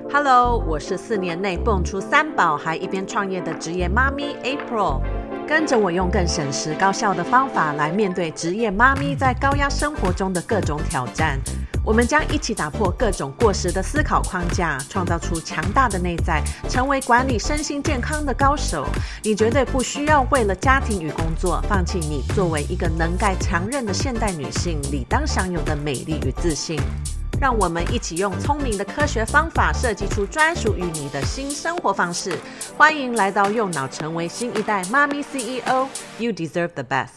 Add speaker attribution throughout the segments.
Speaker 1: Hello， 我是4年内蹦出3宝还一边创业的职业妈咪 April， 跟着我用更省时高效的方法来面对职业妈咪在高压生活中的各种挑战。我们将一起打破各种过时的思考框架，创造出强大的内在，成为管理身心健康的高手。你绝对不需要为了家庭与工作放弃你作为一个能干强韧的现代女性理当享有的美丽与自信。让我们一起用聪明的科学方法设计出专属于你的新生活方式。欢迎来到用脑成为新一代妈咪 CEO， You deserve the best。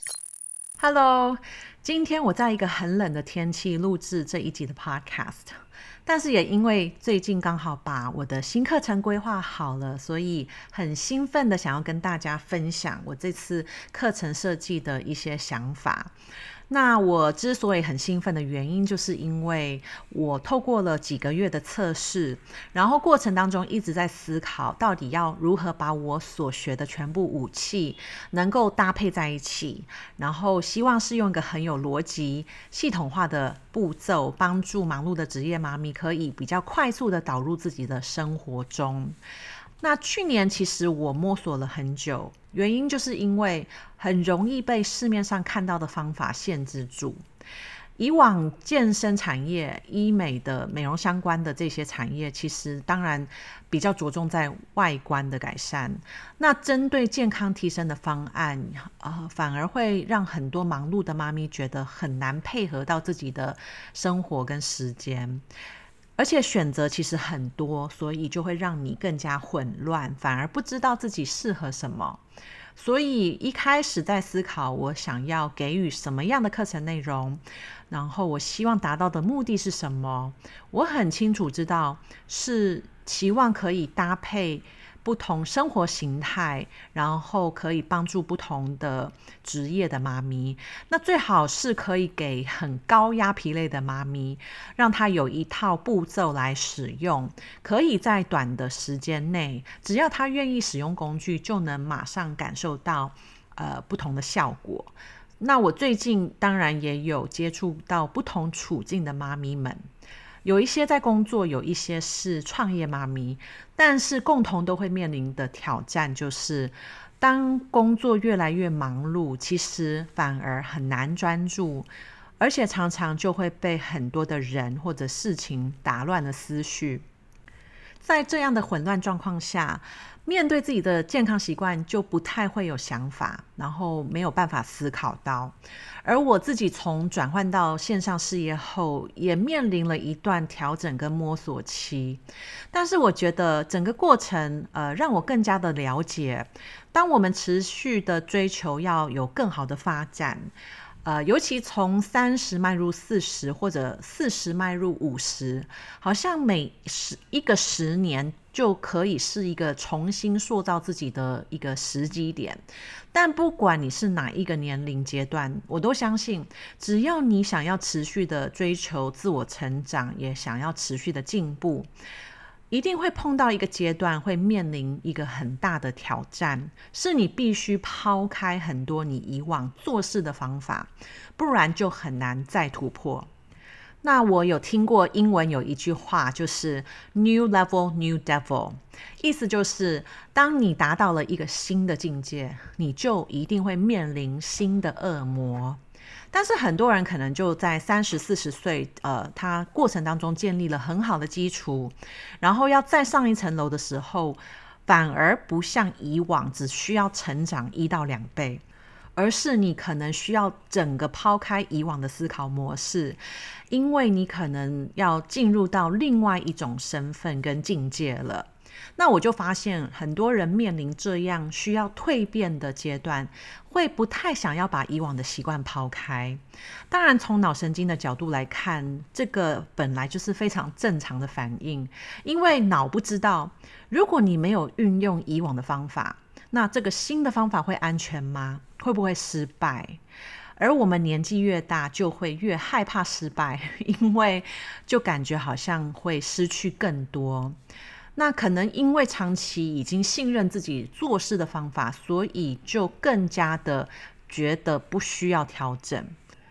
Speaker 1: Hello， 今天我在一个很冷的天气录制这一集的 Podcast， 但是也因为最近刚好把我的新课程规划好了，所以很兴奋的想要跟大家分享我这次课程设计的一些想法。那我之所以很兴奋的原因，就是因为我透过了几个月的测试，然后过程当中一直在思考到底要如何把我所学的全部武器能够搭配在一起，然后希望是用一个很有逻辑系统化的步骤，帮助忙碌的职业妈咪可以比较快速的导入自己的生活中。那去年其实我摸索了很久，原因就是因为很容易被市面上看到的方法限制住。以往健身产业、医美的美容相关的这些产业，其实当然比较着重在外观的改善。那针对健康提升的方案，反而会让很多忙碌的妈咪觉得很难配合到自己的生活跟时间。而且选择其实很多，所以就会让你更加混乱，反而不知道自己适合什么。所以一开始在思考我想要给予什么样的课程内容，然后我希望达到的目的是什么，我很清楚知道是期望可以搭配不同生活形态，然后可以帮助不同的职业的妈咪。那最好是可以给很高压疲累的妈咪，让她有一套步骤来使用，可以在短的时间内，只要她愿意使用工具，就能马上感受到不同的效果。那我最近当然也有接触到不同处境的妈咪们，有一些在工作，有一些是创业妈咪，但是共同都会面临的挑战就是，当工作越来越忙碌，其实反而很难专注，而且常常就会被很多的人或者事情打乱了思绪。在这样的混乱状况下，面对自己的健康习惯就不太会有想法，然后没有办法思考到。而我自己从转换到线上事业后，也面临了一段调整跟摸索期。但是我觉得整个过程让我更加的了解，当我们持续的追求要有更好的发展，尤其从30迈入40，或者40迈入50，好像每一个10年就可以是一个重新塑造自己的一个时机点。但不管你是哪一个年龄阶段，我都相信，只要你想要持续的追求自我成长，也想要持续的进步，一定会碰到一个阶段，会面临一个很大的挑战，是你必须抛开很多你以往做事的方法，不然就很难再突破。那我有听过英文有一句话，就是 New Level, New Devil， 意思就是当你达到了一个新的境界，你就一定会面临新的恶魔。但是很多人可能就在30、40岁，他过程当中建立了很好的基础，然后要再上一层楼的时候，反而不像以往只需要成长1到2倍，而是你可能需要整个抛开以往的思考模式，因为你可能要进入到另外一种身份跟境界了。那我就发现很多人面临这样需要蜕变的阶段，会不太想要把以往的习惯抛开。当然从脑神经的角度来看，这个本来就是非常正常的反应，因为脑不知道，如果你没有运用以往的方法，那这个新的方法会安全吗？会不会失败？而我们年纪越大，就会越害怕失败，因为就感觉好像会失去更多。那可能因为长期已经信任自己做事的方法，所以就更加的觉得不需要调整。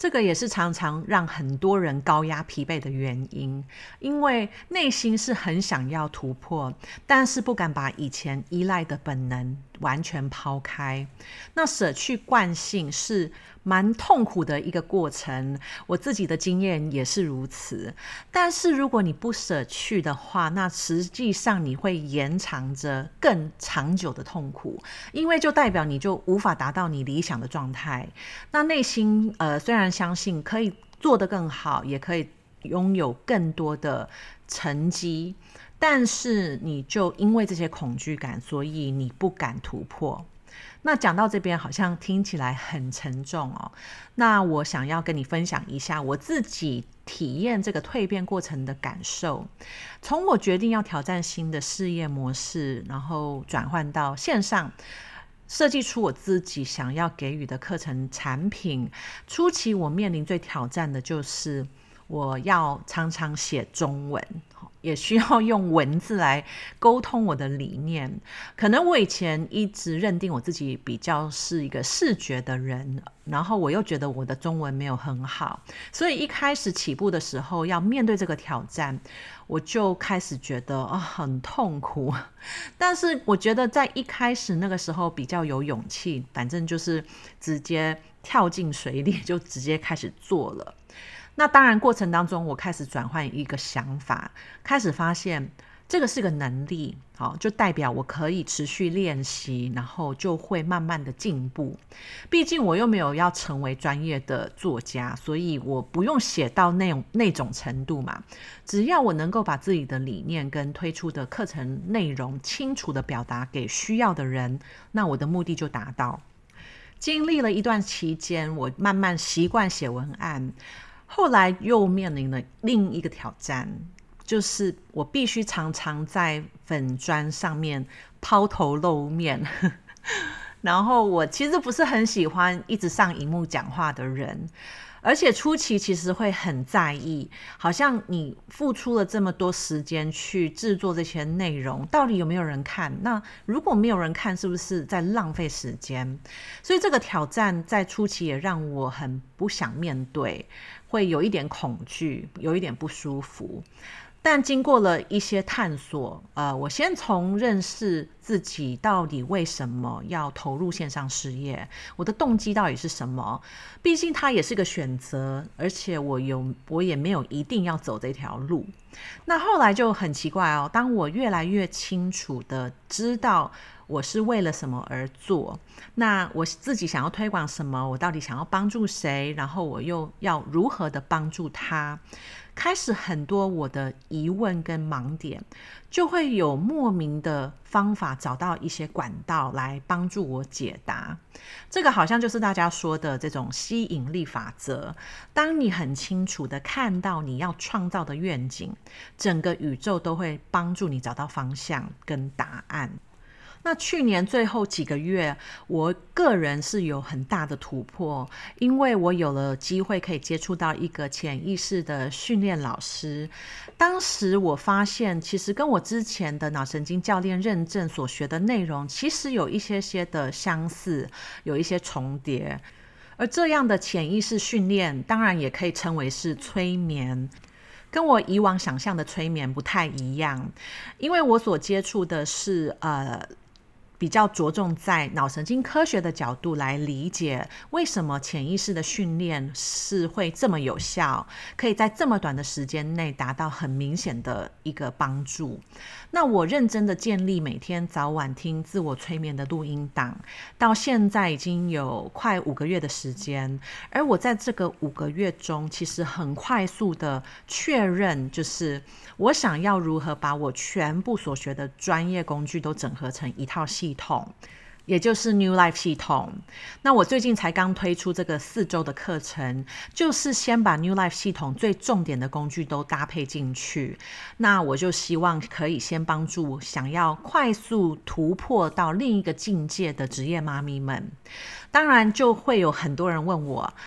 Speaker 1: 这个也是常常让很多人高压疲惫的原因，因为内心是很想要突破，但是不敢把以前依赖的本能完全抛开。那舍去惯性是蛮痛苦的一个过程，我自己的经验也是如此。但是如果你不舍去的话，那实际上你会延长着更长久的痛苦，因为就代表你就无法达到你理想的状态。那内心虽然相信可以做得更好，也可以拥有更多的成绩，但是你就因为这些恐惧感，所以你不敢突破。那讲到这边好像听起来很沉重哦，那我想要跟你分享一下我自己体验这个蜕变过程的感受。从我决定要挑战新的事业模式，然后转换到线上，设计出我自己想要给予的课程产品，初期我面临最挑战的就是我要常常写中文，也需要用文字来沟通我的理念。可能我以前一直认定我自己比较是一个视觉的人，然后我又觉得我的中文没有很好，所以一开始起步的时候要面对这个挑战，我就开始觉得很痛苦。但是我觉得在一开始那个时候比较有勇气，反正就是直接跳进水里就直接开始做了。那当然过程当中我开始转换一个想法，开始发现这个是个能力，就代表我可以持续练习，然后就会慢慢的进步。毕竟我又没有要成为专业的作家，所以我不用写到那种程度嘛。只要我能够把自己的理念跟推出的课程内容清楚的表达给需要的人，那我的目的就达到。经历了一段期间，我慢慢习惯写文案，后来又面临了另一个挑战，就是我必须常常在粉专上面抛头露面然后我其实不是很喜欢一直上荧幕讲话的人，而且初期其实会很在意，好像你付出了这么多时间去制作这些内容，到底有没有人看？那如果没有人看，是不是在浪费时间？所以这个挑战在初期也让我很不想面对，会有一点恐惧，有一点不舒服。但经过了一些探索，我先从认识自己到底为什么要投入线上事业，我的动机到底是什么？毕竟它也是个选择，而且我也没有一定要走这条路。那后来就很奇怪哦，当我越来越清楚的知道我是为了什么而做，那我自己想要推广什么，我到底想要帮助谁，然后我又要如何的帮助他，开始很多我的疑问跟盲点，就会有莫名的方法找到一些管道来帮助我解答。这个好像就是大家说的这种吸引力法则，当你很清楚的看到你要创造的愿景，整个宇宙都会帮助你找到方向跟答案。那去年最后几个月，我个人是有很大的突破，因为我有了机会可以接触到一个潜意识的训练老师。当时我发现，其实跟我之前的脑神经教练认证所学的内容，其实有一些的相似，有一些重叠。而这样的潜意识训练，当然也可以称为是催眠。跟我以往想象的催眠不太一样，因为我所接触的是比较着重在脑神经科学的角度来理解为什么潜意识的训练是会这么有效，可以在这么短的时间内达到很明显的一个帮助。那我认真的建立每天早晚听自我催眠的录音档，到现在已经有快5个月的时间，而我在这个5个月中，其实很快速的确认，就是我想要如何把我全部所学的专业工具都整合成一套系统，也就是 New Life 系统。那我最近才刚推出这个4周的课程，就是先把 New Life 系统最重点的工具都搭配进去。那我就希望可以先帮助想要快速突破到另一个境界的职业妈咪们。当然就会有很多人问我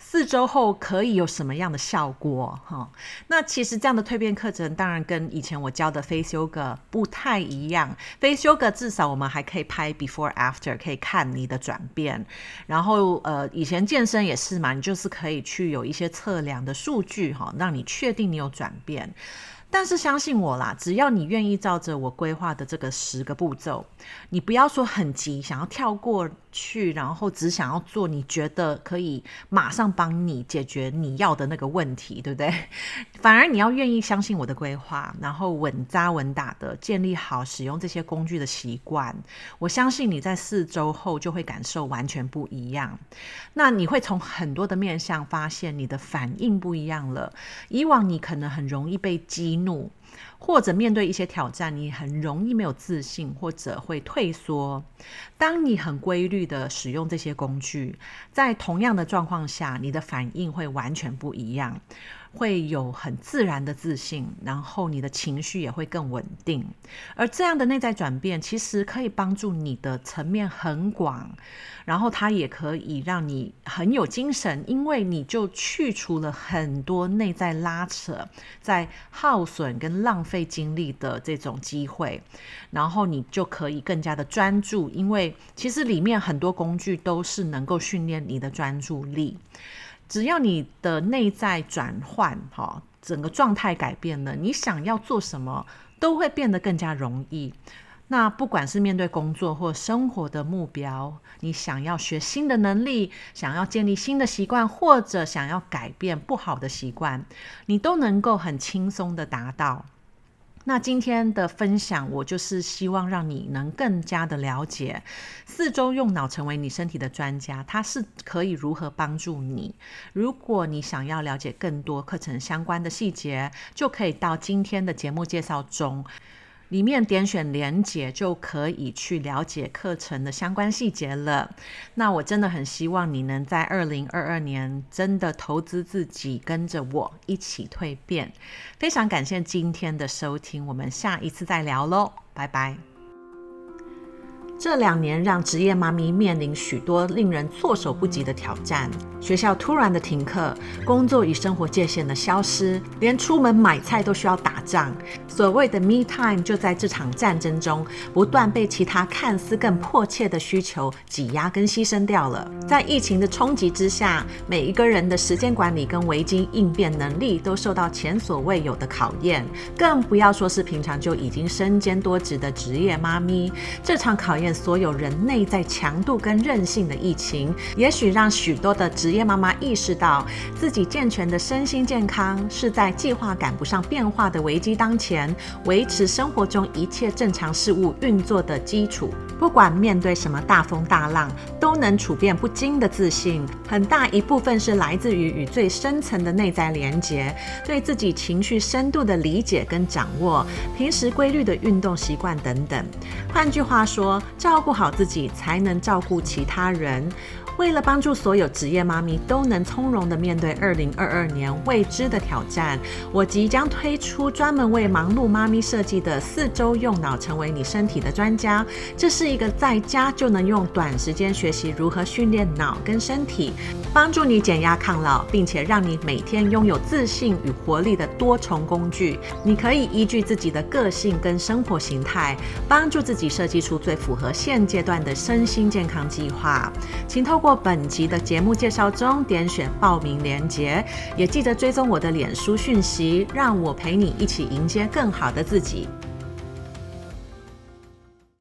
Speaker 1: 4周后可以有什么样的效果？那其实这样的蜕变课程当然跟以前我教的 Face Yoga 不太一样。Face Yoga 至少我们还可以拍 Before After， 可以看你的转变。然后以前健身也是嘛，你就是可以去有一些测量的数据，让你确定你有转变。但是相信我啦，只要你愿意照着我规划的这个10个步骤，你不要说很急想要跳过去，然后只想要做你觉得可以马上帮你解决你要的那个问题，对不对？反而你要愿意相信我的规划，然后稳扎稳打的建立好使用这些工具的习惯，我相信你在4周后就会感受完全不一样。那你会从很多的面向发现你的反应不一样了。以往你可能很容易被激怒，或者面对一些挑战你很容易没有自信，或者会退缩。当你很规律的使用这些工具，在同样的状况下，你的反应会完全不一样，会有很自然的自信，然后你的情绪也会更稳定。而这样的内在转变其实可以帮助你的层面很广，然后它也可以让你很有精神，因为你就去除了很多内在拉扯，在耗损跟浪费精力的这种机会，然后你就可以更加的专注，因为其实里面很多工具都是能够训练你的专注力。只要你的内在转换，整个状态改变了，你想要做什么都会变得更加容易。那不管是面对工作或生活的目标，你想要学新的能力，想要建立新的习惯，或者想要改变不好的习惯，你都能够很轻松的达到。那今天的分享，我就是希望让你能更加的了解4周用脑成为你身体的专家，它是可以如何帮助你。如果你想要了解更多课程相关的细节，就可以到今天的节目介绍中，里面点选连结就可以去了解课程的相关细节了。那我真的很希望你能在2022年真的投资自己，跟着我一起蜕变。非常感谢今天的收听，我们下一次再聊咯，拜拜。这2年让职业妈咪面临许多令人措手不及的挑战，学校突然的停课，工作与生活界限的消失，连出门买菜都需要打仗。所谓的 me time 就在这场战争中不断被其他看似更迫切的需求挤压跟牺牲掉了。在疫情的冲击之下，每一个人的时间管理跟危机应变能力都受到前所未有的考验，更不要说是平常就已经身兼多职的职业妈咪。这场考验所有人内在强度跟韧性的疫情，也许让许多的职业妈妈意识到，自己健全的身心健康是在计划赶不上变化的危机当前，维持生活中一切正常事物运作的基础。不管面对什么大风大浪，都能处变不惊的自信，很大一部分是来自于与最深层的内在连结，对自己情绪深度的理解跟掌握，平时规律的运动习惯等等。换句话说，照顾好自己才能照顾其他人。为了帮助所有职业妈咪都能从容地面对2022年未知的挑战，我即将推出专门为忙碌妈咪设计的4周用脑成为你身体的专家。这是一个在家就能用短时间学习如何训练脑跟身体，帮助你减压抗老，并且让你每天拥有自信与活力的多重工具。你可以依据自己的个性跟生活形态，帮助自己设计出最符合现阶段的身心健康计划。请透过本集的节目介绍中点选报名连结，也记得追踪我的脸书讯息，让我陪你一起迎接更好的自己。